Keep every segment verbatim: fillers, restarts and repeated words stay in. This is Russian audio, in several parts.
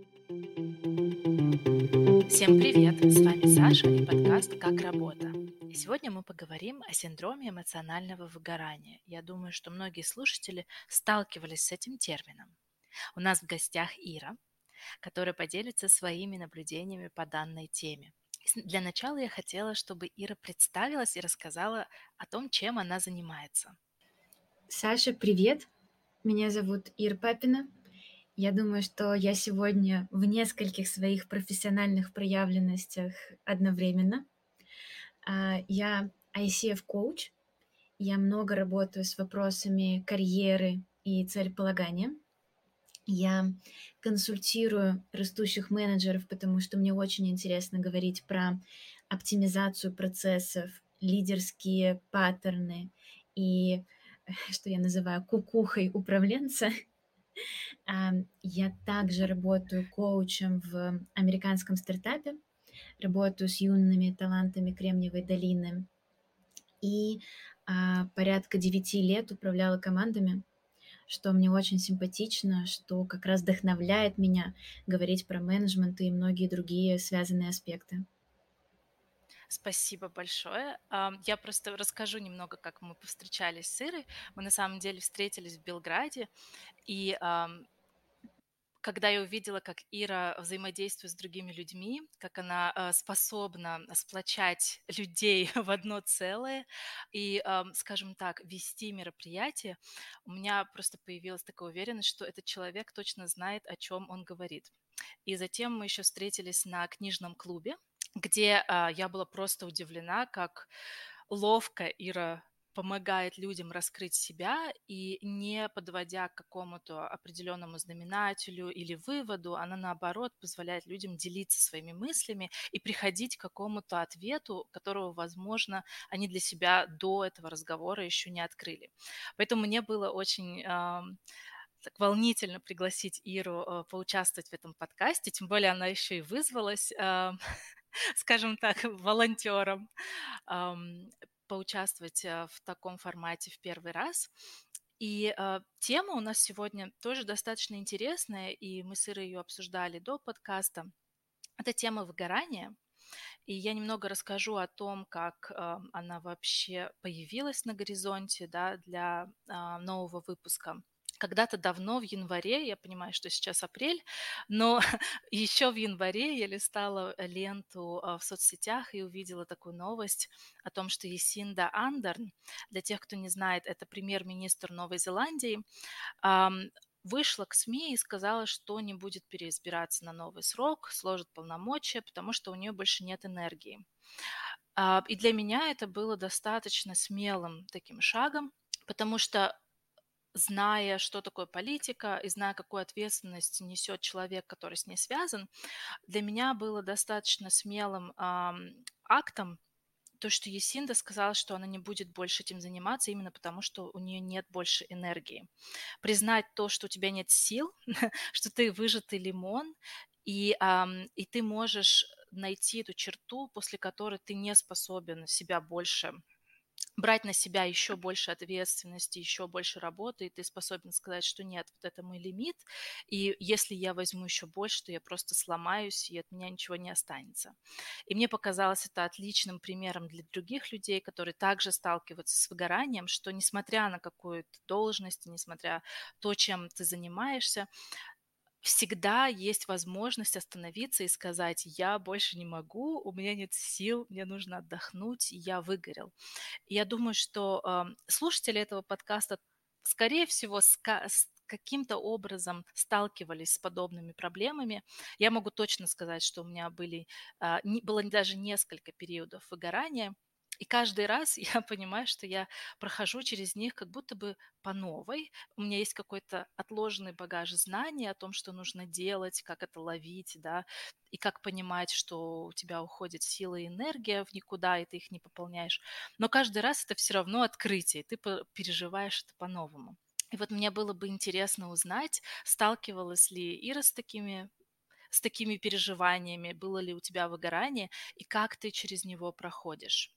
Всем привет! С вами Саша и подкаст «Как работа». И сегодня мы поговорим о синдроме эмоционального выгорания. Я думаю, что многие слушатели сталкивались с этим термином. У нас в гостях Ира, которая поделится своими наблюдениями по данной теме. С- Для начала я хотела, чтобы Ира представилась и рассказала о том, чем она занимается. Саша, привет! Меня зовут Ира Папина. Я думаю, что я сегодня в нескольких своих профессиональных проявленностях одновременно. А, Я I C F-коуч. Я много работаю с вопросами карьеры и целеполагания. Я консультирую растущих менеджеров, потому что мне очень интересно говорить про оптимизацию процессов, лидерские паттерны и, что я называю, кукухой управленца. А, Я также работаю коучем в американском стартапе, работаю с юными талантами Кремниевой долины и а, порядка девяти лет управляла командами, что мне очень симпатично, что как раз вдохновляет меня говорить про менеджмент и многие другие связанные аспекты. Спасибо большое. Ам, Я просто расскажу немного, как мы повстречались с Ирой. Мы на самом деле встретились в Белграде, и ам, когда я увидела, как Ира взаимодействует с другими людьми, как она э, способна сплочать людей в одно целое и, ам, скажем так, вести мероприятие, у меня просто появилась такая уверенность, что этот человек точно знает, о чем он говорит. И затем мы еще встретились на книжном клубе, где а, я была просто удивлена, как ловко Ира помогает людям раскрыть себя и не подводя к какому-то определенному знаменателю или выводу, она наоборот позволяет людям делиться своими мыслями и приходить к какому-то ответу, которого, возможно, они для себя до этого разговора еще не открыли. Поэтому мне было очень ам, так волнительно пригласить Иру э, поучаствовать в этом подкасте, тем более она еще и вызвалась, ам, скажем так, волонтером, ам, поучаствовать э, в таком формате в первый раз. И э, тема у нас сегодня тоже достаточно интересная, и мы с Ирой ее обсуждали до подкаста. Это тема выгорания. И я немного расскажу о том, как э, она вообще появилась на горизонте, да, для а, нового выпуска. Когда-то давно, в январе, я понимаю, что сейчас апрель, но еще в январе я листала ленту а, в соцсетях и увидела такую новость о том, что Ясинда Андерн, для тех, кто не знает, это премьер-министр Новой Зеландии, ам, вышла к СМИ и сказала, что не будет переизбираться на новый срок, сложит полномочия, потому что у нее больше нет энергии. А, И для меня это было достаточно смелым таким шагом, потому что, зная, что такое политика, и зная, какую ответственность несет человек, который с ней связан, для меня было достаточно смелым ам, актом то, что Ясинда сказала, что она не будет больше этим заниматься именно потому, что у нее нет больше энергии. Признать то, что у тебя нет сил, что ты выжатый лимон, и, ам, и ты можешь найти эту черту, после которой ты не способен себя больше брать на себя еще больше ответственности, еще больше работы, и ты способен сказать, что нет, вот это мой лимит, и если я возьму еще больше, то я просто сломаюсь, и от меня ничего не останется. И мне показалось это отличным примером для других людей, которые также сталкиваются с выгоранием, что несмотря на какую-то должность, несмотря то, чем ты занимаешься, всегда есть возможность остановиться и сказать: я больше не могу, у меня нет сил, мне нужно отдохнуть, я выгорел. И я думаю, что, ам, слушатели этого подкаста, скорее всего, ска с каким-то образом сталкивались с подобными проблемами. Я могу точно сказать, что у меня были, а, не было даже несколько периодов выгорания, и каждый раз я понимаю, что я прохожу через них как будто бы по новой. У меня есть какой-то отложенный багаж знаний о том, что нужно делать, как это ловить, да, и как понимать, что у тебя уходит сила и энергия в никуда, и ты их не пополняешь. Но каждый раз это все равно открытие, и ты п переживаешь это по-новому. И вот мне было бы интересно узнать, сталкивалась ли Ира с такими с такими переживаниями, было ли у тебя выгорание, и как ты через него проходишь?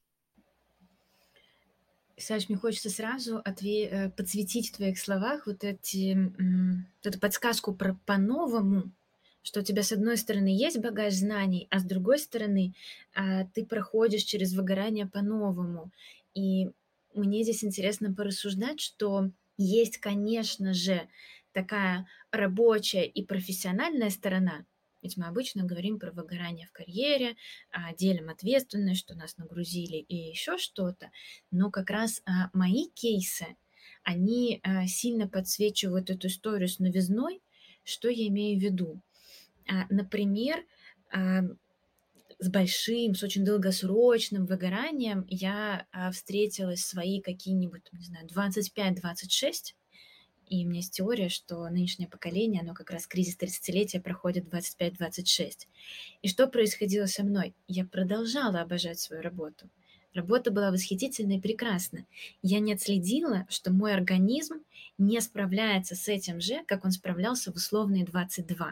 Саш, мне хочется сразу отве- э, подсветить в твоих словах вот эти, м, вот эту подсказку про по-новому. что у тебя, с одной стороны, есть багаж знаний, а с другой стороны, а, ты проходишь через выгорание по-новому. И мне здесь интересно порассуждать, что есть, конечно же, такая рабочая и профессиональная сторона. Ведь мы обычно говорим про выгорание в карьере, а, делим ответственность, что нас нагрузили и еще что-то. Но как раз а, мои кейсы, они а, сильно подсвечивают эту историю с новизной. Что я имею в виду? А, например, а, с большим, с очень долгосрочным выгоранием я, а, встретилась в свои какие-нибудь, там, не знаю, двадцать пять двадцать шесть. И у меня есть теория, что нынешнее поколение, оно как раз кризис тридцатилетия проходит двадцать пять двадцать шесть. И что происходило со мной? Я продолжала обожать свою работу. Работа была восхитительна и прекрасна. Я не отследила, что мой организм не справляется с этим же, как он справлялся в условные двадцать два.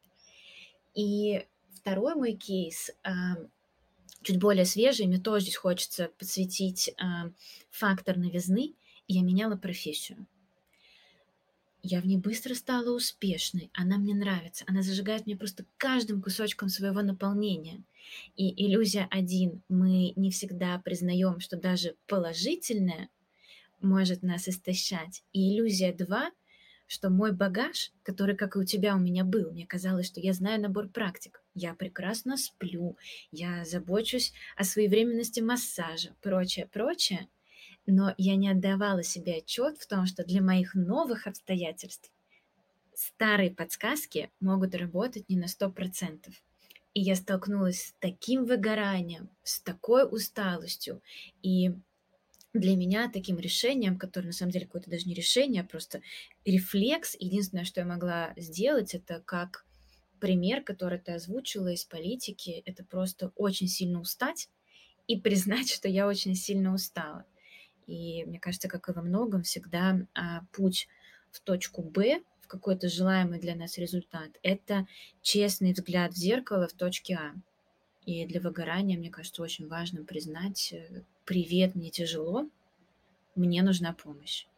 И второй мой кейс, а, чуть более свежий, мне тоже здесь хочется подсветить а, фактор новизны. Я меняла профессию. Я в ней быстро стала успешной, она мне нравится, она зажигает меня просто каждым кусочком своего наполнения. И иллюзия один, мы не всегда признаем, что даже положительное может нас истощать. И иллюзия два, что мой багаж, который, как и у тебя, у меня был, мне казалось, что я знаю набор практик. Я прекрасно сплю, я забочусь о своевременности массажа, прочее, прочее. Но я не отдавала себе отчет в том, что для моих новых обстоятельств старые подсказки могут работать не на сто процентов. И я столкнулась с таким выгоранием, с такой усталостью. И для меня таким решением, которое на самом деле какое-то даже не решение, а просто рефлекс, единственное, что я могла сделать, это как пример, который ты озвучила из политики, это просто очень сильно устать и признать, что я очень сильно устала. И мне кажется, как и во многом, всегда а, путь в точку Б, в какой-то желаемый для нас результат, это честный взгляд в зеркало в точке А. И для выгорания, мне кажется, очень важно признать, э, привет, мне тяжело, мне нужна помощь.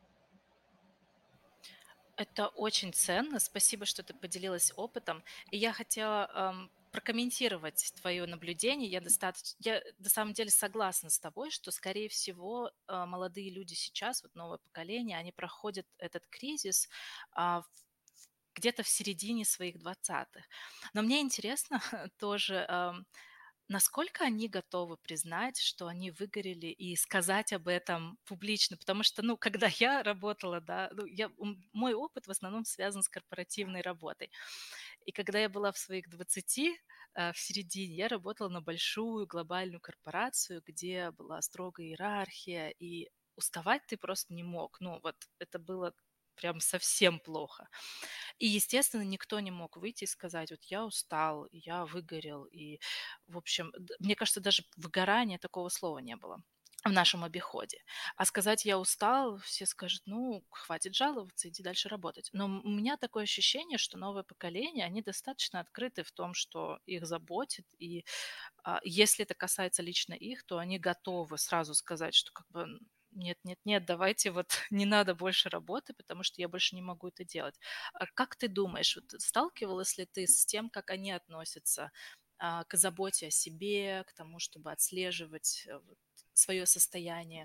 Это очень ценно. Спасибо, что ты поделилась опытом. И я хотела, ам, прокомментировать твое наблюдение. Я достаточно, я на самом деле согласна с тобой, что, скорее всего, а, молодые люди сейчас, вот новое поколение, они проходят этот кризис, а, в где-то в середине своих двадцатых. Но мне интересно тоже, ам, насколько они готовы признать, что они выгорели, и сказать об этом публично? Потому что, ну, когда я работала, да, ну, я, м, мой опыт в основном связан с корпоративной работой. И когда я была в своих двадцати, э, в середине, я работала на большую глобальную корпорацию, где была строгая иерархия, и уставать ты просто не мог. Ну, вот это было прям совсем плохо. И, естественно, никто не мог выйти и сказать: "Вот я устал, я выгорел". И, в общем, д мне кажется, даже выгорания такого слова не было в нашем обиходе. А сказать: "Я устал", все скажут: "Ну, хватит жаловаться, иди дальше работать". Но м у меня такое ощущение, что новое поколение, они достаточно открыты в том, что их заботит. И, а, если это касается лично их, то они готовы сразу сказать, что как бы: "Нет, нет, нет, давайте вот не надо больше работы, потому что я больше не могу это делать". А как ты думаешь, вот сталкивалась ли ты с тем, как они относятся, а, к заботе о себе, к тому, чтобы отслеживать, э, вот свое состояние?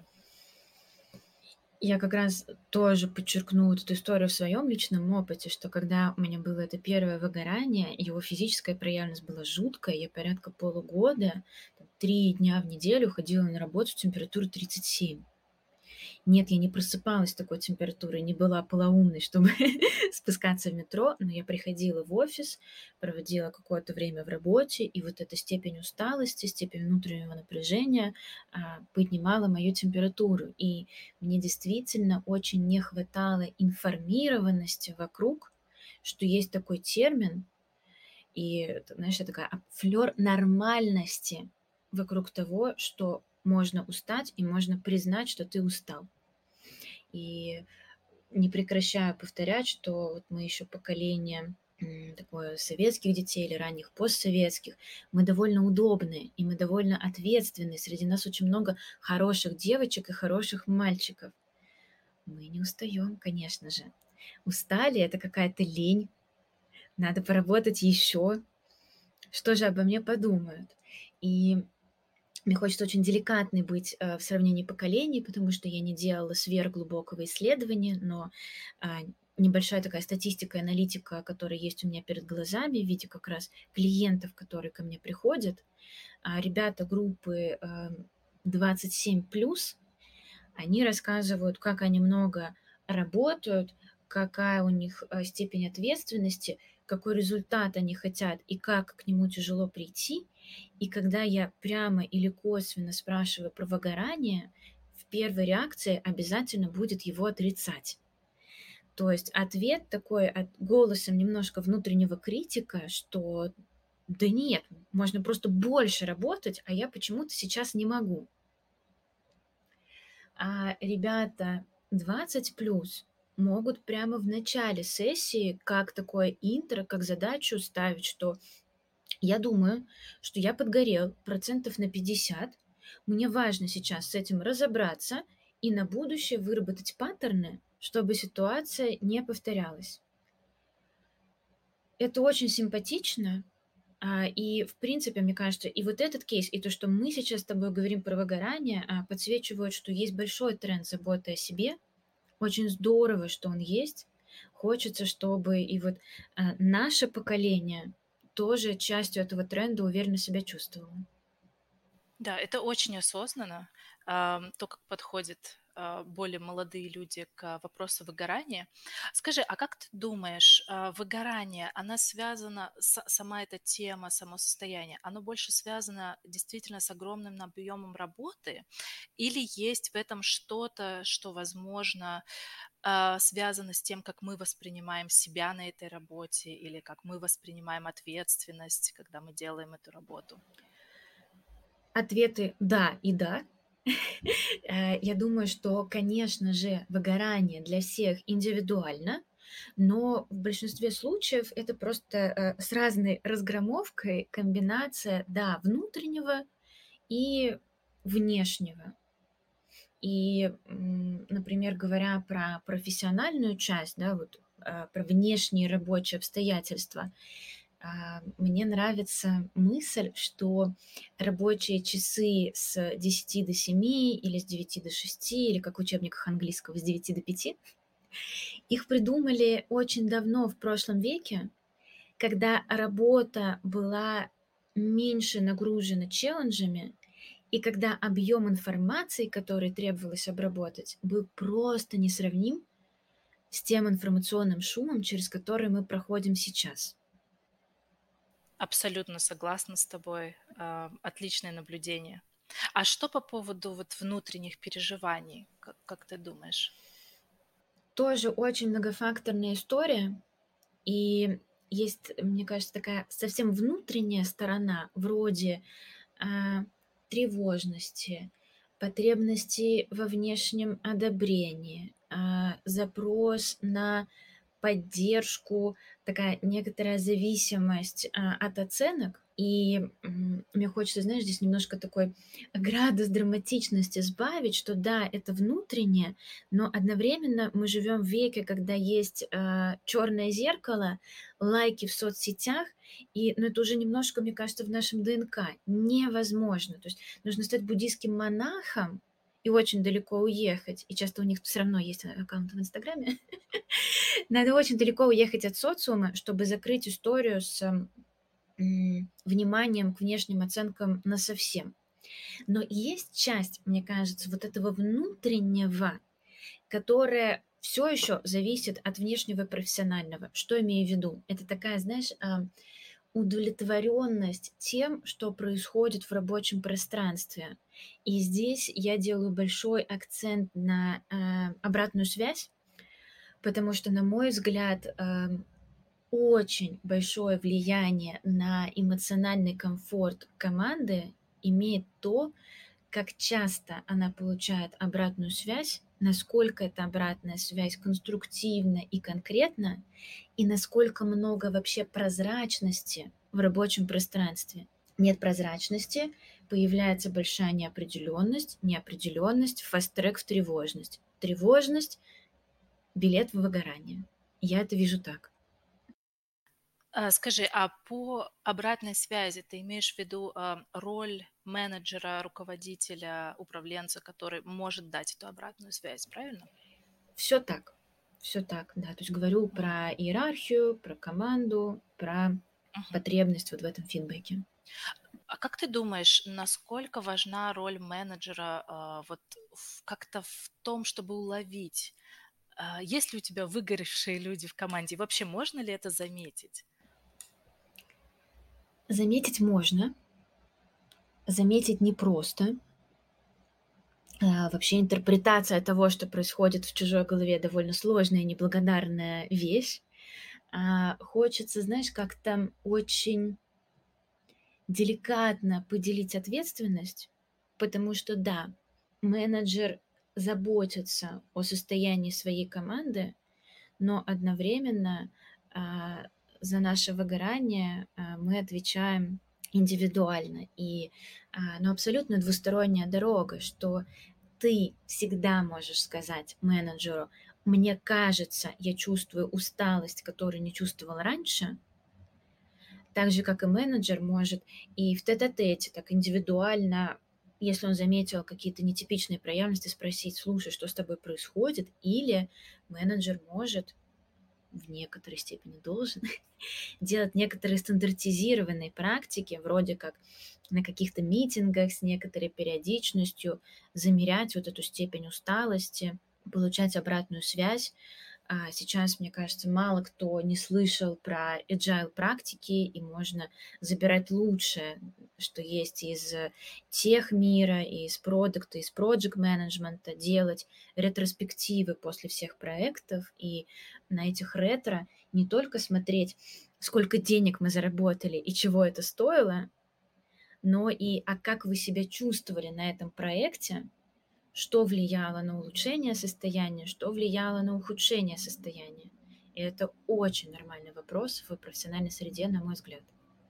Я как раз тоже подчеркну вот эту историю в своем личном опыте, что когда у меня было это первое выгорание, его физическая проявленность была жуткая. Я порядка полугода, там, три дня в неделю ходила на работу с температурой тридцать семь. Нет, я не просыпалась с такой температурой, не была полоумной, чтобы спускаться в метро, но я приходила в офис, проводила какое-то время в работе, и вот эта степень усталости, степень внутреннего напряжения а, поднимала мою температуру. И мне действительно очень не хватало информированности вокруг, что есть такой термин, и, это, знаешь, это такая флёр нормальности вокруг того, что можно устать и можно признать, что ты устал. И не прекращаю повторять, что вот мы еще поколение м, такое советских детей или ранних постсоветских. Мы довольно удобные, и мы довольно ответственные. Среди нас очень много хороших девочек и хороших мальчиков. Мы не устаем, конечно же. Устали — это какая-то лень, надо поработать еще, что же обо мне подумают. И мне хочется очень деликатной быть э, в сравнении поколений, потому что я не делала сверхглубокого исследования, но а, небольшая такая статистика и аналитика, которая есть у меня перед глазами в виде как раз клиентов, которые ко мне приходят, а, ребята группы э, двадцать семь плюс, они рассказывают, как они много работают, какая у них э, степень ответственности, какой результат они хотят и как к нему тяжело прийти. И когда я прямо или косвенно спрашиваю про выгорание, в первой реакции обязательно будет его отрицать. То есть ответ такой от голосом немножко внутреннего критика, что да нет, можно просто больше работать, а я почему-то сейчас не могу. А ребята двадцать плюс могут прямо в начале сессии, как такое интро, как задачу ставить, что я думаю, что я подгорел процентов на пятьдесят. Мне важно сейчас с этим разобраться и на будущее выработать паттерны, чтобы ситуация не повторялась. Это очень симпатично, а, и, в принципе, мне кажется, и вот этот кейс, и то, что мы сейчас с тобой говорим про выгорание, а, подсвечивают, что есть большой тренд заботы о себе. Очень здорово, что он есть. Хочется, чтобы и вот а, наше поколение тоже частью этого тренда уверенно себя чувствовало. Да, это очень осознанно, ам, то, как подходят а, более молодые люди к вопросу выгорания. Скажи, а как ты думаешь, а, выгорание, она связана, с- сама эта тема, само состояние, оно больше связано действительно с огромным объемом работы, или есть в этом что-то, что, возможно, а, связано с тем, как мы воспринимаем себя на этой работе, или как мы воспринимаем ответственность, когда мы делаем эту работу? Ответы «да» и «да». Э, Я думаю, что, конечно же, выгорание для всех индивидуально, но в большинстве случаев это просто э, с разной разгромовкой комбинация, да, внутреннего и внешнего. И, м, например, говоря про профессиональную часть, да, вот а, про внешние рабочие обстоятельства, а, мне нравится мысль, что рабочие часы с десяти до семи или с девяти до шести, или как в учебниках английского с девяти до пяти, их придумали очень давно, в прошлом веке, когда работа была меньше нагружена челленджами, и когда объем информации, который требовалось обработать, был просто несравним с тем информационным шумом, через который мы проходим сейчас. Абсолютно согласна с тобой. А, Отличное наблюдение. А что по поводу вот внутренних переживаний? Как, как ты думаешь? Тоже очень многофакторная история, и есть, мне кажется, такая совсем внутренняя сторона, вроде а, тревожности, потребности во внешнем одобрении, а, запрос на поддержку, такая некоторая зависимость, а, от оценок. И, м, мне хочется, знаешь, здесь немножко такой градус драматичности сбавить, что да, это внутреннее, но одновременно мы живем в веке, когда есть, а, черное зеркало, лайки в соцсетях, и, ну, это уже немножко, мне кажется, в нашем д н к. Невозможно. То есть нужно стать буддийским монахом и очень далеко уехать, и часто у них все равно есть а аккаунты в "Инстаграме". Надо очень далеко уехать от социума, чтобы закрыть историю с, м, вниманием к внешним оценкам насовсем. Но есть часть, мне кажется, вот этого внутреннего, которая все еще зависит от внешнего и профессионального. Что имею в виду? Это такая, знаешь, а, удовлетворенность тем, что происходит в рабочем пространстве. И здесь я делаю большой акцент на, а, обратную связь, потому что, на мой взгляд, ам, очень большое влияние на эмоциональный комфорт команды имеет то, как часто она получает обратную связь, насколько эта обратная связь конструктивна и конкретна, и насколько много вообще прозрачности в рабочем пространстве. Нет прозрачности, появляется большая неопределенность, неопределенность, фаст-трек в тревожность. Тревожность — билет в выгорание. Я это вижу так. А, скажи, а по обратной связи ты имеешь в виду, а, роль менеджера, руководителя, управленца, который может дать эту обратную связь, правильно? Всё так, всё так, да. То есть говорю Мгм. про иерархию, про команду, про Мгм. потребность вот в этом фидбэке. А как ты думаешь, насколько важна роль менеджера, а, вот в как-то в том, чтобы уловить, а, есть ли у тебя выгоревшие люди в команде? И вообще, можно ли это заметить? Заметить можно. Заметить непросто. А, вообще интерпретация того, что происходит в чужой голове, довольно сложная и неблагодарная вещь. А, хочется, знаешь, как-то очень деликатно поделить ответственность, потому что да, менеджер заботится о состоянии своей команды, но одновременно, а, за наше выгорание, а, мы отвечаем индивидуально. И, а, ну, абсолютно двусторонняя дорога, что ты всегда можешь сказать менеджеру: "Мне кажется, я чувствую усталость, которую не чувствовал раньше". Так же, как и менеджер может и в тет-а-тете так индивидуально, если он заметил какие-то нетипичные проявленности, спросить: "Слушай, что с тобой происходит?" Или менеджер может, в некоторой степени должен, делать некоторые стандартизированные практики, вроде как на каких-то митингах с некоторой периодичностью замерять вот эту степень усталости, получать обратную связь. А, сейчас, мне кажется, мало кто не слышал про эджайл практики, и можно забирать лучшее, что есть из техмира, из продукта, из проджект-менеджмента, делать ретроспективы после всех проектов и на этих ретро не только смотреть, сколько денег мы заработали и чего это стоило, но и а как вы себя чувствовали на этом проекте, что влияло на улучшение состояния, что влияло на ухудшение состояния. И это очень нормальный вопрос в профессиональной среде, на мой взгляд.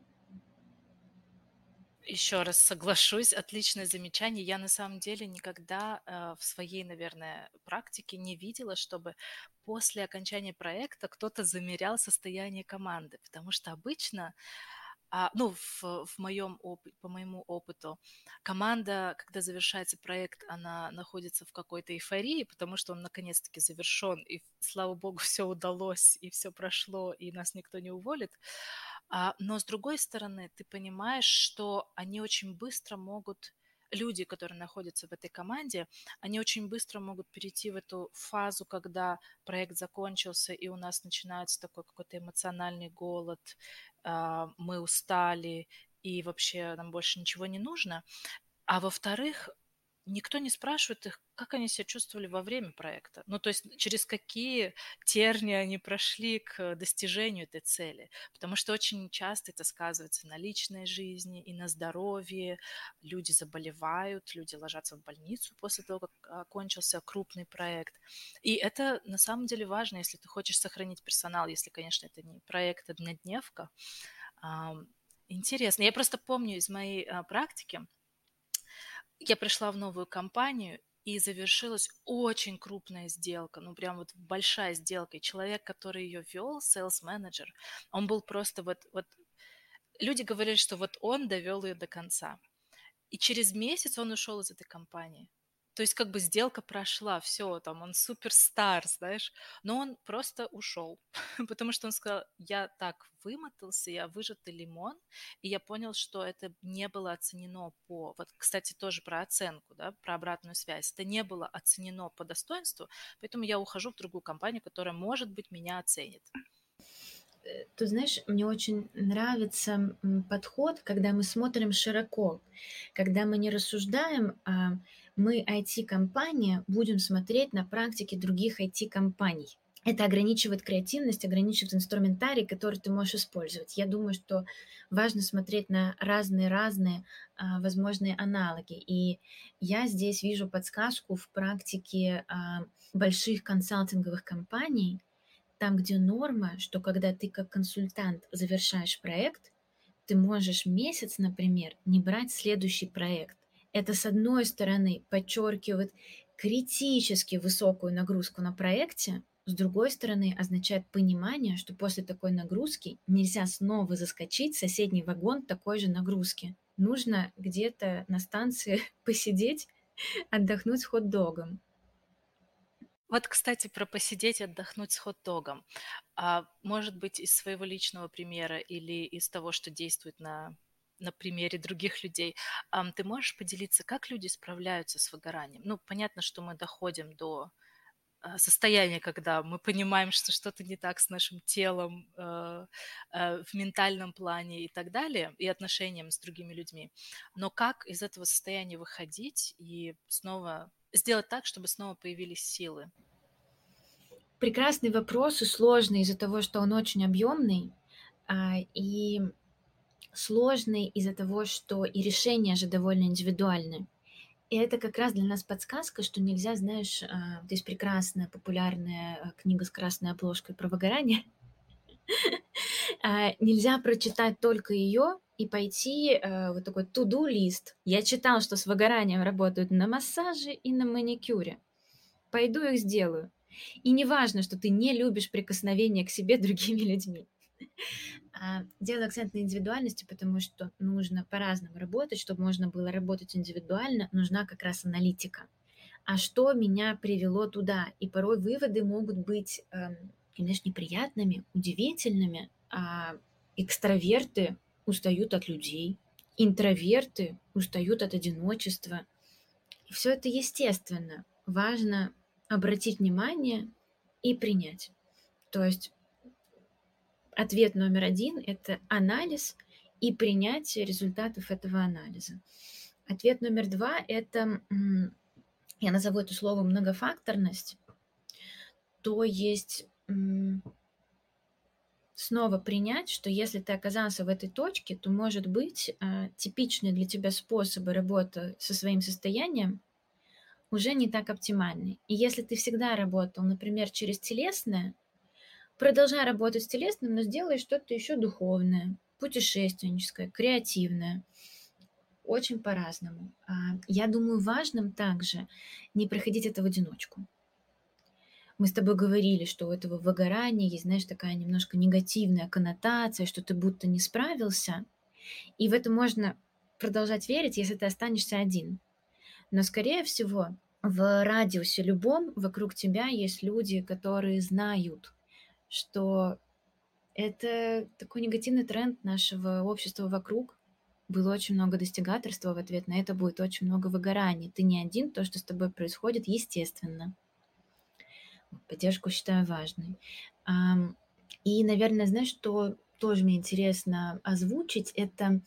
Еще раз соглашусь, отличное замечание. Я на самом деле никогда, э, в своей, наверное, практике не видела, чтобы после окончания проекта кто-то замерял состояние команды, потому что обычно, а, ну, в в моем опы по моему опыту, команда, когда завершается проект, она находится в какой-то эйфории, потому что он наконец-таки завершен, и, слава богу, все удалось, и все прошло, и нас никто не уволит. А, но с другой стороны, ты понимаешь, что они очень быстро могут люди, которые находятся в этой команде, они очень быстро могут перейти в эту фазу, когда проект закончился, и у нас начинается такой какой-то эмоциональный голод, а, мы устали, и вообще нам больше ничего не нужно. А во-вторых, никто не спрашивает их, как они себя чувствовали во время проекта. Ну, то есть через какие тернии они прошли к достижению этой цели. Потому что очень часто это сказывается на личной жизни и на здоровье. Люди заболевают, люди ложатся в больницу после того, как окончился крупный проект. И это на самом деле важно, если ты хочешь сохранить персонал, если, конечно, это не проект однодневка. Ам, Интересно. Я просто помню из моей а, практики, я пришла в новую компанию, и завершилась очень крупная сделка, ну, прям вот большая сделка. И человек, который ее вел, сейлс-менеджер, он был просто вот, вот люди говорили, что вот он довел ее до конца. И через месяц он ушел из этой компании. То есть как бы сделка прошла, все, там он суперстар, знаешь, но он просто ушел, потому что он сказал: "Я так вымотался, я выжатый лимон". И я понял, что это не было оценено по вот, кстати, тоже про оценку, да, про обратную связь. Это не было оценено по достоинству, поэтому я ухожу в другую компанию, которая, может быть, меня оценит. Э, ты знаешь, мне очень нравится, м, подход, когда мы смотрим широко, когда мы не рассуждаем, а мы I T-компания, будем смотреть на практики других I T-компаний. Это ограничивает креативность, ограничивает инструментарий, который ты можешь использовать. Я думаю, что важно смотреть на разные-разные, а, возможные аналоги. И я здесь вижу подсказку в практике, а, больших консалтинговых компаний, там, где норма, что когда ты как консультант завершаешь проект, ты можешь месяц, например, не брать следующий проект. Это, с одной стороны, подчеркивает критически высокую нагрузку на проекте, с другой стороны, означает понимание, что после такой нагрузки нельзя снова заскочить в соседний вагон такой же нагрузки. Нужно где-то на станции посидеть, отдохнуть с хот-догом. Вот, кстати, про посидеть, отдохнуть с хот-догом. А может быть, из своего личного примера или из того, что действует на на примере других людей, ам, ты можешь поделиться, как люди справляются с выгоранием? Ну, понятно, что мы доходим до а, состояния, когда мы понимаем, что что-то не так с нашим телом, э, э, в ментальном плане и так далее, и отношениям с другими людьми. Но как из этого состояния выходить и снова сделать так, чтобы снова появились силы? Прекрасный вопрос и сложный из-за того, что он очень объемный, а, и сложный из-за того, что и решения же довольно индивидуальны. И это как раз для нас подсказка, что нельзя, знаешь, а, вот есть прекрасная популярная а, книга с красной обложкой про выгорание. А, нельзя прочитать только ее и пойти, э, вот такой to-do лист. Я читал, что с выгоранием работают на массаже и на маникюре. Пойду их сделаю. И не важно, что ты не любишь прикосновения к себе другими людьми. А, делаю акцент на индивидуальности, потому что нужно по-разному работать. Чтобы можно было работать индивидуально, нужна как раз аналитика. А что меня привело туда? И порой выводы могут быть, эм, конечно, неприятными, удивительными. А, экстраверты устают от людей, интроверты устают от одиночества. И всё это естественно. Важно обратить внимание и принять. То есть ответ номер один — это анализ и принятие результатов этого анализа. Ответ номер два — это, м, я назову это словом многофакторность. То есть, м снова принять, что если ты оказался в этой точке, то, может быть, а, типичные для тебя способы работы со своим состоянием уже не так оптимальны. И если ты всегда работал, например, через телесное, продолжай работать с телесным, но сделай что-то еще духовное, путешественническое, креативное. Очень по-разному. А, я думаю, важным также не проходить это в одиночку. Мы с тобой говорили, что у этого выгорания есть, знаешь, такая немножко негативная коннотация, что ты будто не справился. И в это можно продолжать верить, если ты останешься один. Но, скорее всего, в радиусе любом вокруг тебя есть люди, которые знают, что это такой негативный тренд нашего общества вокруг. Было очень много достигаторства, в ответ на это будет очень много выгораний. Ты не один, то, что с тобой происходит, естественно. Поддержку считаю важной. Ам, и, наверное, знаешь, что тоже мне интересно озвучить — это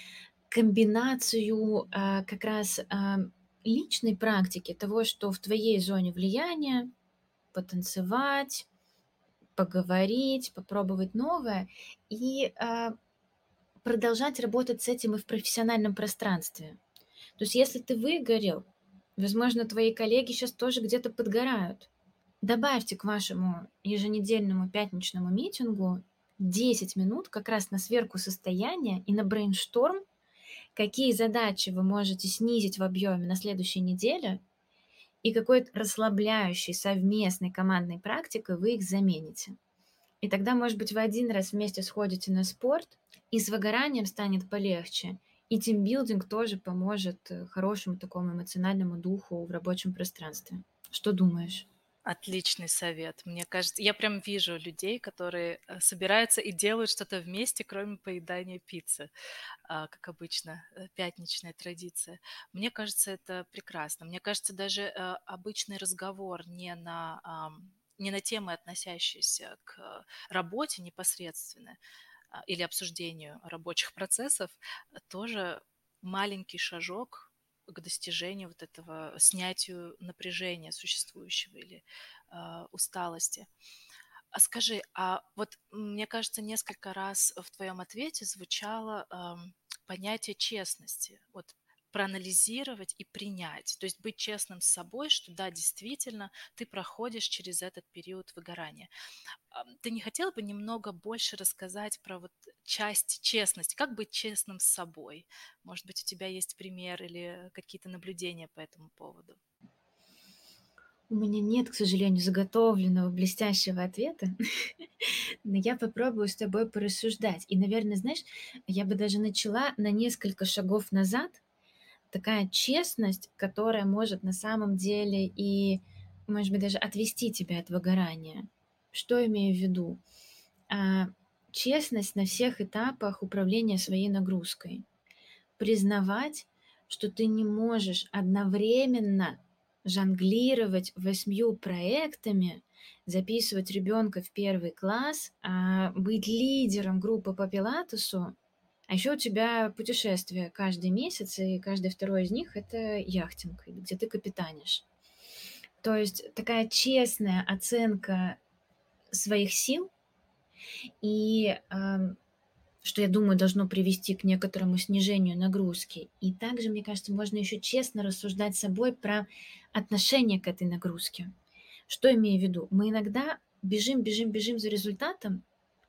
комбинацию, а, как раз, ам, личной практики того, что в твоей зоне влияния: потанцевать, поговорить, попробовать новое, и, а, продолжать работать с этим и в профессиональном пространстве. То есть если ты выгорел, возможно, твои коллеги щас тоже где-то подгорают. Добавьте к вашему еженедельному пятничному митингу десять минут как раз на сверку состояния и на брейншторм, какие задачи вы можете снизить в объеме на следующей неделе и какой расслабляющей совместной командной практикой вы их замените. И тогда, может быть, вы один раз вместе сходите на спорт, и с выгоранием станет полегче, и тимбилдинг тоже поможет, э, хорошему такому эмоциональному духу в рабочем пространстве. Что думаешь? Отличный совет. Мне кажется, я прям вижу людей, которые, э, собираются и делают что-то вместе, кроме поедания пиццы, а, как обычно, э, пятничная традиция. Мне кажется, это прекрасно. Мне кажется, даже, э, обычный разговор не на, ам, не на темы, относящиеся к работе непосредственно, а, или обсуждению рабочих процессов, э, тоже маленький шажок к достижению вот этого, снятию напряжения существующего или, а, усталости. А скажи, а вот мне кажется, несколько раз в твоем ответе звучало, ам, понятие честности. Вот проанализировать и принять. То есть быть честным с собой, что да, действительно, ты проходишь через этот период выгорания. Ам, ты не хотела бы немного больше рассказать про вот часть честности? Как быть честным с собой? Может быть, у тебя есть пример или какие-то наблюдения по этому поводу? У меня нет, к сожалению, заготовленного блестящего ответа, но я попробую с тобой порассуждать. И, наверное, знаешь, я бы даже начала на несколько шагов назад. Такая честность, которая может на самом деле и, может быть, даже отвести тебя от выгорания. Что имею в виду? А, честность на всех этапах управления своей нагрузкой. Признавать, что ты не можешь одновременно жонглировать восьмью проектами, записывать ребенка в первый класс, а, быть лидером группы по пилатесу, а еще у тебя путешествие каждый месяц, и каждый второй из них — это яхтинг, где ты капитанишь. То есть такая честная оценка своих сил и, ам, что, я думаю, должно привести к некоторому снижению нагрузки. И также, мне кажется, можно еще честно рассуждать с собой про отношение к этой нагрузке. Что имею в виду? Мы иногда бежим, бежим, бежим за результатом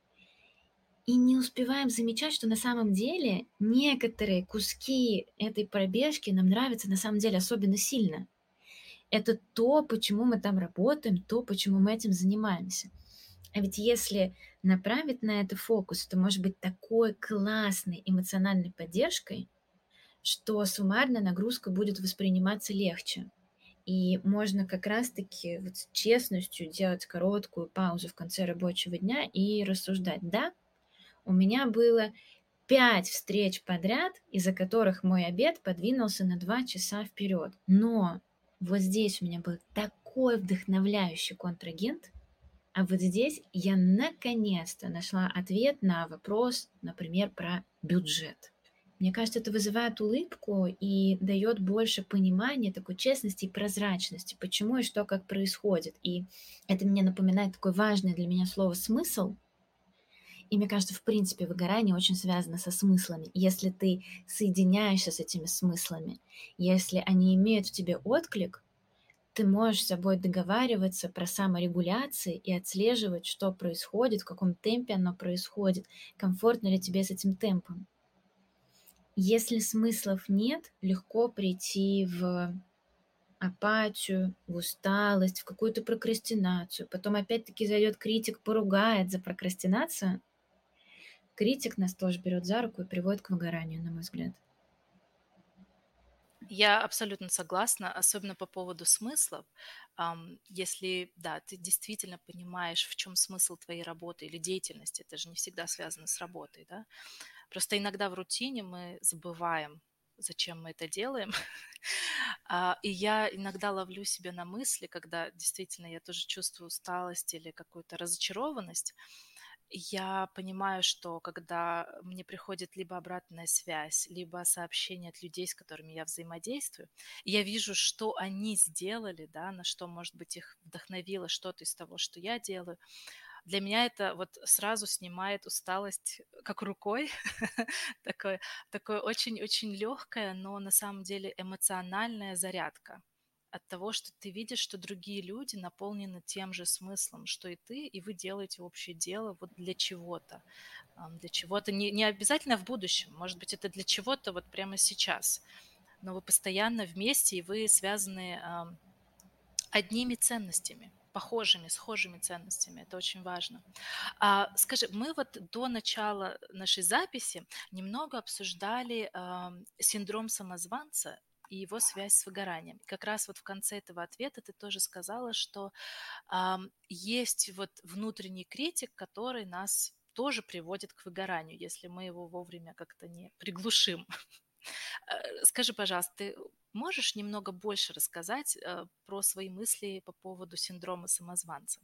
и не успеваем замечать, что на самом деле некоторые куски этой пробежки нам нравятся на самом деле особенно сильно. Это то, почему мы там работаем, то, почему мы этим занимаемся. А ведь если направить на это фокус, это может быть такой классной эмоциональной поддержкой, что суммарно нагрузка будет восприниматься легче. И можно как раз-таки вот с честностью делать короткую паузу в конце рабочего дня и рассуждать: да, у меня было пять встреч подряд, из-за которых мой обед подвинулся на два часа вперед. Но вот здесь у меня был такой вдохновляющий контрагент, а вот здесь я наконец-то нашла ответ на вопрос, например, про бюджет. Мне кажется, это вызывает улыбку и дает больше понимания, такой честности и прозрачности, почему и что как происходит. И это мне напоминает такое важное для меня слово «смысл». И мне кажется, в принципе, выгорание очень связано со смыслами. Если ты соединяешься с этими смыслами, если они имеют в тебе отклик, ты можешь с собой договариваться про саморегуляции и отслеживать, что происходит, в каком темпе оно происходит, комфортно ли тебе с этим темпом. Если смыслов нет, легко прийти в апатию, в усталость, в какую-то прокрастинацию. Потом опять-таки зайдет критик, поругает за прокрастинацию. Критик нас тоже берет за руку и приводит к выгоранию, на мой взгляд. Я абсолютно согласна, особенно по поводу смыслов. Ам, если, да, ты действительно понимаешь, в чем смысл твоей работы или деятельности, это же не всегда связано с работой, да. Просто иногда в рутине мы забываем, зачем мы это делаем. А, И я иногда ловлю себя на мысли, когда действительно я тоже чувствую усталость или какую-то разочарованность. Я понимаю, что когда мне приходит либо обратная связь, либо сообщение от людей, с которыми я взаимодействую, и я вижу, что они сделали, да, на что, может быть, их вдохновило что-то из того, что я делаю, для меня это вот сразу снимает усталость как рукой. Такое, такое очень-очень легкая, но на самом деле эмоциональная зарядка от того, что ты видишь, что другие люди наполнены тем же смыслом, что и ты, и вы делаете общее дело вот для чего-то. Ам, Для чего-то не, не обязательно в будущем, может быть, это для чего-то вот прямо сейчас, но вы постоянно вместе, и вы связаны ам, одними ценностями, похожими, схожими ценностями. Это очень важно. А, скажи, мы вот до начала нашей записи немного обсуждали ам, синдром самозванца и его связь с выгоранием. Как раз вот в конце этого ответа ты тоже сказала, что ам, есть вот внутренний критик, который нас тоже приводит к выгоранию, если мы его вовремя как-то не приглушим. Э, Скажи, пожалуйста, ты можешь немного больше рассказать э, про свои мысли по поводу синдрома самозванца?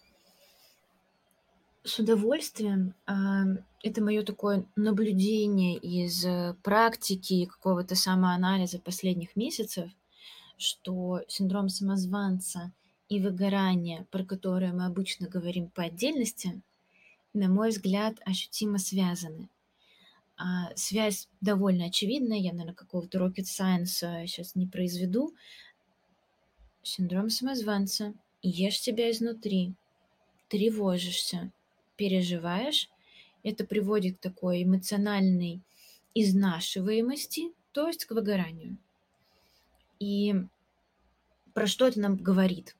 С удовольствием. А, это мое такое наблюдение из, э, практики и какого-то самоанализа последних месяцев, что синдром самозванца и выгорание, про которые мы обычно говорим по отдельности, на мой взгляд, ощутимо связаны. А, связь довольно очевидная, я, наверно, какого-то rocket science сейчас не произведу. Синдром самозванца. Ешь себя изнутри, тревожишься, переживаешь. Это приводит к такой эмоциональной изнашиваемости, то есть к выгоранию. И про что это нам говорит?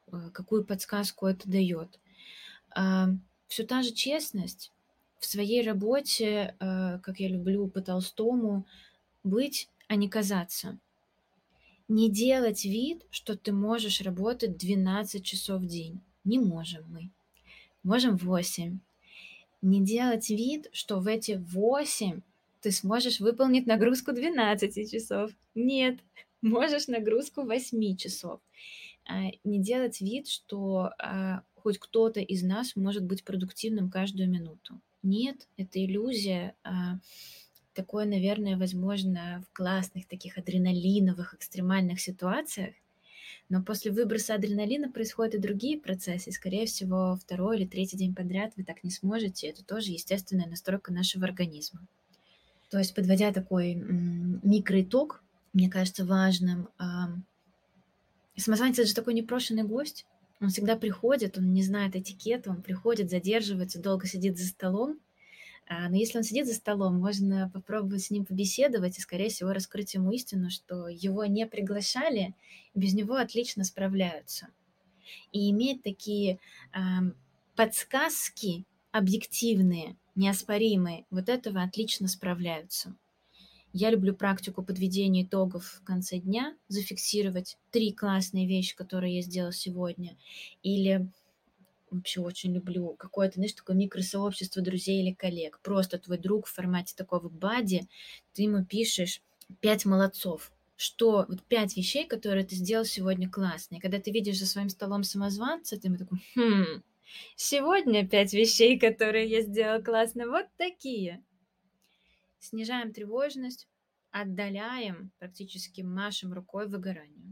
э, какую подсказку это даёт. А, всё та же честность в своей работе, э, как я люблю по Толстому: быть, а не казаться. Не делать вид, что ты можешь работать двенадцать часов в день. Не можем мы. Можем восемь. Не делать вид, что в эти восемь ты сможешь выполнить нагрузку двенадцати часов. Нет, можешь нагрузку восьми часов. А, не делать вид, что, а, хоть кто-то из нас может быть продуктивным каждую минуту. Нет, это иллюзия. А, такое, наверное, возможно в классных таких адреналиновых экстремальных ситуациях, но после выброса адреналина происходят и другие процессы. И, скорее всего, второй или третий день подряд вы так не сможете. Это тоже естественная настройка нашего организма. То есть, подводя такой, м, микроитог, мне кажется важным, ам Самозванец- это же такой непрошеный гость. Он всегда приходит, он не знает этикета, он приходит, задерживается, долго сидит за столом. А, но если он сидит за столом, можно попробовать с ним побеседовать и, скорее всего, раскрыть ему истину, что его не приглашали, без него отлично справляются. И иметь такие, ам, подсказки объективные, неоспоримые, вот этого отлично справляются. Я люблю практику подведения итогов в конце дня, зафиксировать три классные вещи, которые я сделал сегодня. Или вообще очень люблю какое-то, знаешь, такое микросообщество друзей или коллег. Просто твой друг в формате такого бадди, ты ему пишешь пять молодцов. Что вот пять вещей, которые ты сделал сегодня классно. И когда ты видишь за своим столом самозванца, ты ему такой: "Хм, сегодня пять вещей, которые я сделал классно, вот такие". Снижаем тревожность, отдаляем, практически машем рукой выгоранию.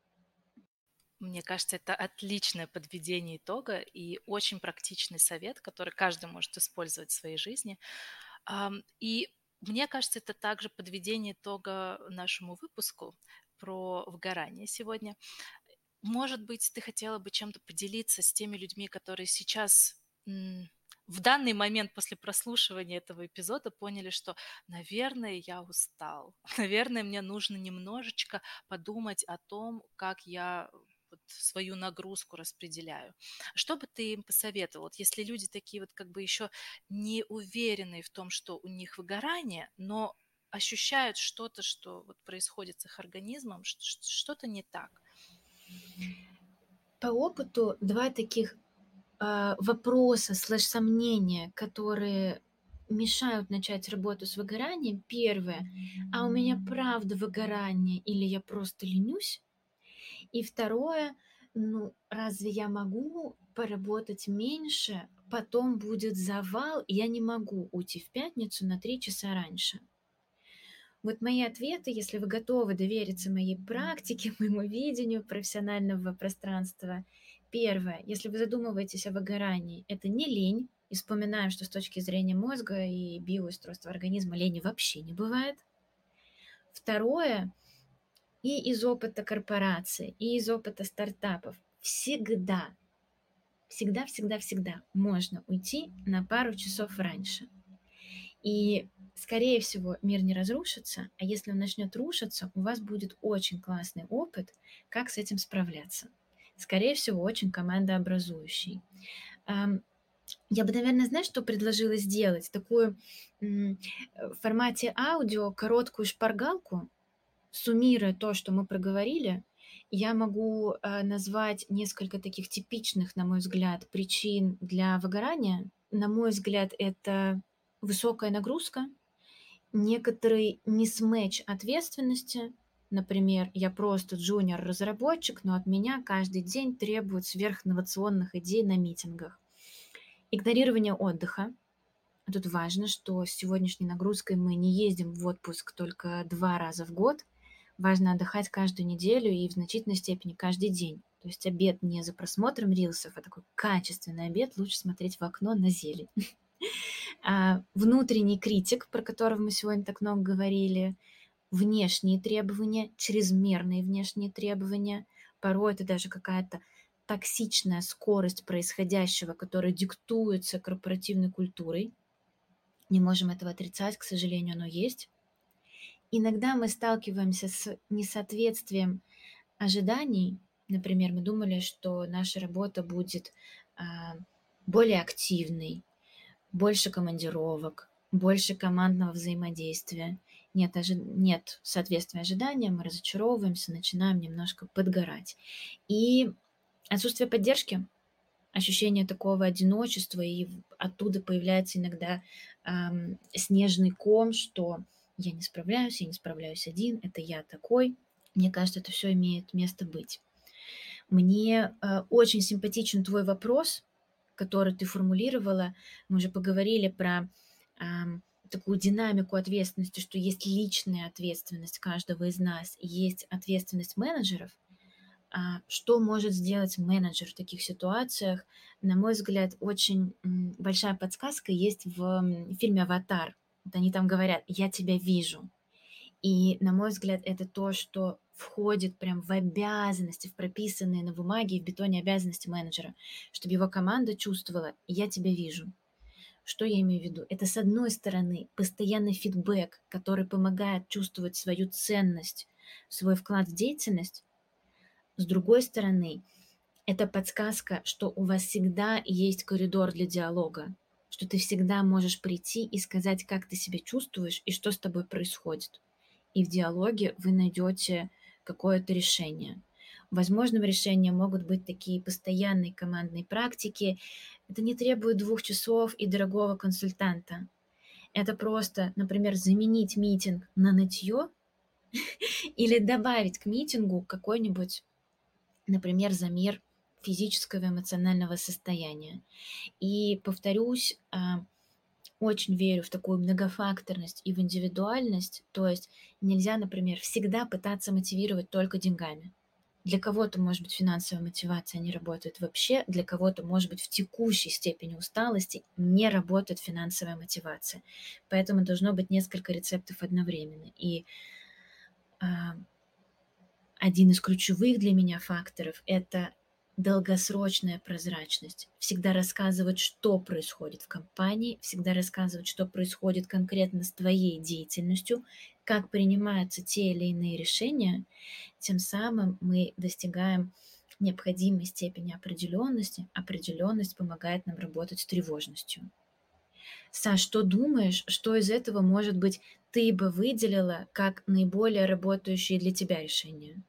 Мне кажется, это отличное подведение итога и очень практичный совет, который каждый может использовать в своей жизни. Ам, и мне кажется, это также подведение итога нашему выпуску про выгорание сегодня. Может быть, ты хотела бы чем-то поделиться с теми людьми, которые сейчас, м, в данный момент после прослушивания этого эпизода поняли, что, наверное, я устал, наверное, мне нужно немножечко подумать о том, как я вот свою нагрузку распределяю. Что бы ты им посоветовала, вот если люди такие вот как бы еще не уверенные в том, что у них выгорание, но ощущают что-то, что вот происходит с их организмом, ш ш что-то не так? По опыту два таких, а, вопроса слэш сомнения, которые мешают начать работу с выгоранием. Первое: "А у меня правда выгорание или я просто ленюсь?" И второе: "Ну, разве я могу поработать меньше, потом будет завал, и я не могу уйти в пятницу на три часа раньше?" Вот мои ответы, если вы готовы довериться моей практике, моему видению профессионального пространства. Первое: если вы задумываетесь о выгорании, это не лень. И вспоминаем, что с точки зрения мозга и биоустройства организма лени вообще не бывает. Второе: и из опыта корпораций, и из опыта стартапов всегда, всегда всегда всегда можно уйти на пару часов раньше. И, скорее всего, мир не разрушится, а если он начнет рушиться, у вас будет очень классный опыт, как с этим справляться. Скорее всего, очень командообразующий. Ам, я бы, наверно, знаешь, что предложила сделать? Такую, м, в формате аудио короткую шпаргалку. Суммируя то, что мы проговорили, я могу, а, назвать несколько таких типичных, на мой взгляд, причин для выгорания. На мой взгляд, это высокая нагрузка, некоторый мисмэч ответственности. Например, я просто джуниор-разработчик, но от меня каждый день требуют сверхинновационных идей на митингах. Игнорирование отдыха. Тут важно, что с сегодняшней нагрузкой мы не ездим в отпуск только два раза в год. Важно отдыхать каждую неделю и в значительной степени каждый день. То есть обед не за просмотром рилсов, а такой качественный обед лучше смотреть в окно на зелень. А, внутренний критик, про которого мы сегодня так много говорили, внешние требования, чрезмерные внешние требования. Порой это даже какая-то токсичная скорость происходящего, которая диктуется корпоративной культурой. Не можем этого отрицать, к сожалению, оно есть. Иногда мы сталкиваемся с несоответствием ожиданий Например, мы думали, что наша работа будет, а, более активной, больше командировок, больше командного взаимодействия. Нет ожи нет соответствия ожиданиям, мы разочаровываемся, начинаем немножко подгорать. И отсутствие поддержки, ощущение такого одиночества, и в оттуда появляется иногда, ам, снежный ком, что я не справляюсь, я не справляюсь один, это я такой. Мне кажется, это всё имеет место быть. Мне, э, очень симпатичен твой вопрос, который ты формулировала. Мы уже поговорили про, ам, такую динамику ответственности, что есть личная ответственность каждого из нас, и есть ответственность менеджеров. А, что может сделать менеджер в таких ситуациях? На мой взгляд, очень, м, большая подсказка есть в, м, фильме "Аватар". Вот они там говорят: "Я тебя вижу". И, на мой взгляд, это то, что входит прям в обязанности, в прописанные на бумаге и в бетоне обязанности менеджера, чтобы его команда чувствовала: "Я тебя вижу". Что я имею в виду? Это, с одной стороны, постоянный фидбэк, который помогает чувствовать свою ценность, свой вклад в деятельность. С другой стороны, это подсказка, что у вас всегда есть коридор для диалога, что ты всегда можешь прийти и сказать, как ты себя чувствуешь и что с тобой происходит. И в диалоге вы найдёте какое-то решение. Возможным решением могут быть такие постоянные командные практики. Это не требует двух часов и дорогого консультанта. Это просто, например, заменить митинг на нытьё или добавить к митингу какой-нибудь, например, замер физического, эмоционального состояния. И повторюсь, а, очень верю в такую многофакторность и в индивидуальность. То есть нельзя, например, всегда пытаться мотивировать только деньгами. Для кого-то, может быть, финансовая мотивация не работает вообще, для кого-то, может быть, в текущей степени усталости не работает финансовая мотивация. Поэтому должно быть несколько рецептов одновременно. И, а один из ключевых для меня факторов- это долгосрочная прозрачность. Всегда рассказывать, что происходит в компании, всегда рассказывать, что происходит конкретно с твоей деятельностью, как принимаются те или иные решения. Тем самым мы достигаем необходимой степени определённости. Определённость помогает нам работать с тревожностью. Саш, что думаешь, что из этого, может быть, ты бы выделила как наиболее работающее для тебя решение?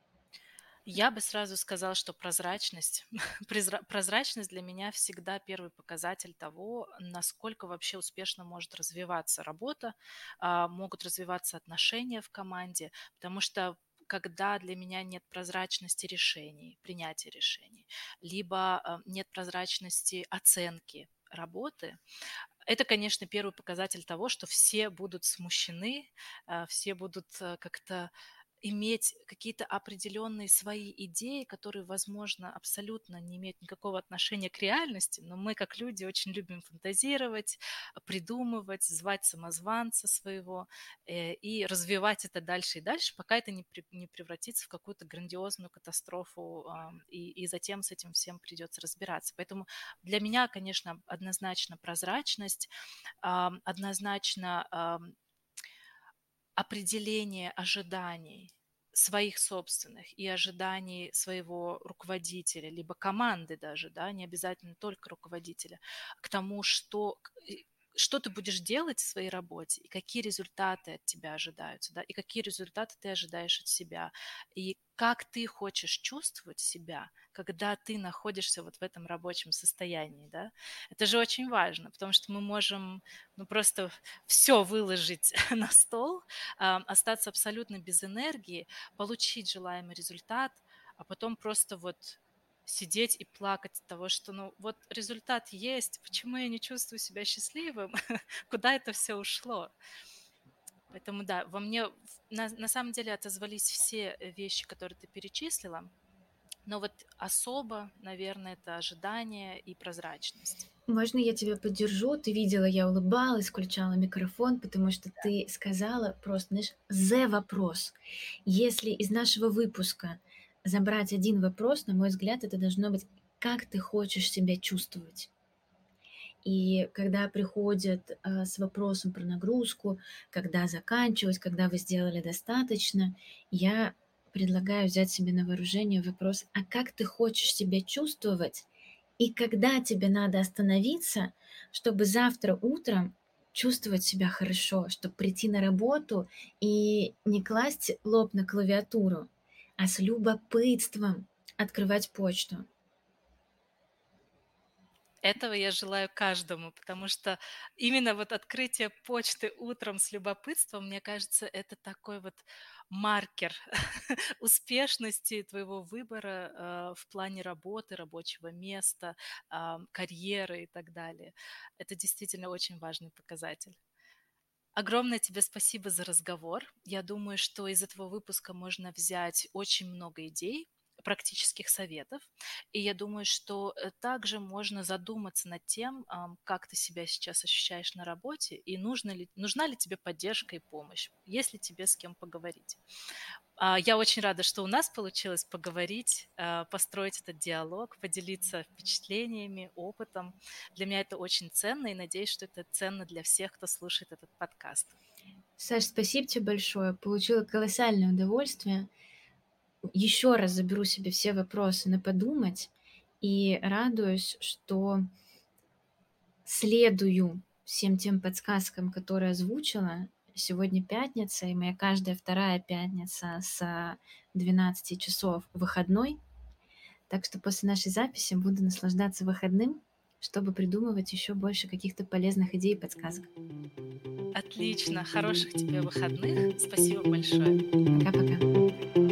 Я бы сразу сказала, что прозрачность. Презра прозрачность для меня всегда первый показатель того, насколько вообще успешно может развиваться работа, а, могут развиваться отношения в команде. Потому что когда для меня нет прозрачности решений, принятия решений, либо, а, нет прозрачности оценки работы, это, конечно, первый показатель того, что все будут смущены, а, все будут, э, как-то иметь какие-то определенные свои идеи, которые, возможно, абсолютно не имеют никакого отношения к реальности. Но мы, как люди, очень любим фантазировать, придумывать, звать самозванца своего, э, и развивать это дальше и дальше, пока это не пре не превратится в какую-то грандиозную катастрофу, ам, и и затем с этим всем придется разбираться. Поэтому для меня, конечно, однозначно прозрачность, ам, однозначно, ам определение ожиданий своих собственных и ожиданий своего руководителя, либо команды даже, да, не обязательно только руководителя, к тому, что к и что ты будешь делать в своей работе, и какие результаты от тебя ожидаются, да, и какие результаты ты ожидаешь от себя, и как ты хочешь чувствовать себя, когда ты находишься вот в этом рабочем состоянии, да. Это же очень важно, потому что мы можем, ну, просто всё выложить на стол, ам, остаться абсолютно без энергии, получить желаемый результат, а потом просто вот сидеть и плакать от того, что, ну, вот результат есть, почему я не чувствую себя счастливым, куда это всё ушло. Поэтому да, во мне в на на самом деле отозвались все, э, вещи, которые ты перечислила, но вот особо, наверное, это ожидание и прозрачность. Можно я тебя поддержу? Ты видела, я улыбалась, включала микрофон, потому что Да. ты сказала просто, знаешь, зе вопрос. Если из нашего выпуска забрать один вопрос, на мой взгляд, это должно быть: "Как ты хочешь себя чувствовать?" И когда приходят, а, с вопросом про нагрузку, когда заканчивать, когда вы сделали достаточно, я предлагаю взять себе на вооружение вопрос: а как ты хочешь себя чувствовать и когда тебе надо остановиться, чтобы завтра утром чувствовать себя хорошо, чтобы прийти на работу и не класть лоб на клавиатуру, а с любопытством открывать почту. Этого я желаю каждому, потому что именно вот открытие почты утром с любопытством, мне кажется, это такой вот маркер успешности твоего выбора, а, в плане работы, рабочего места, ам, карьеры и так далее. Это действительно очень важный показатель. Огромное тебе спасибо за разговор. Я думаю, что из этого выпуска можно взять очень много идей, практических советов. И я думаю, что э, также можно задуматься над тем, ам, как ты себя сейчас ощущаешь на работе и нужно ли, нужна ли тебе поддержка и помощь, есть ли тебе с кем поговорить. А, Я очень рада, что у нас получилось поговорить, а, построить этот диалог, поделиться впечатлениями, опытом. Для меня это очень ценно, и надеюсь, что это ценно для всех, кто слушает этот подкаст. Саш, спасибо тебе большое. Получила колоссальное удовольствие. Еще раз заберу себе все вопросы на подумать и радуюсь, что следую всем тем подсказкам, которые озвучила. Сегодня пятница, и моя каждая вторая пятница с двенадцати часов выходной. Так что после нашей записи буду наслаждаться выходным, чтобы придумывать еще больше каких-то полезных идей и подсказок. Отлично, хороших тебе выходных. Спасибо большое. Пока-пока.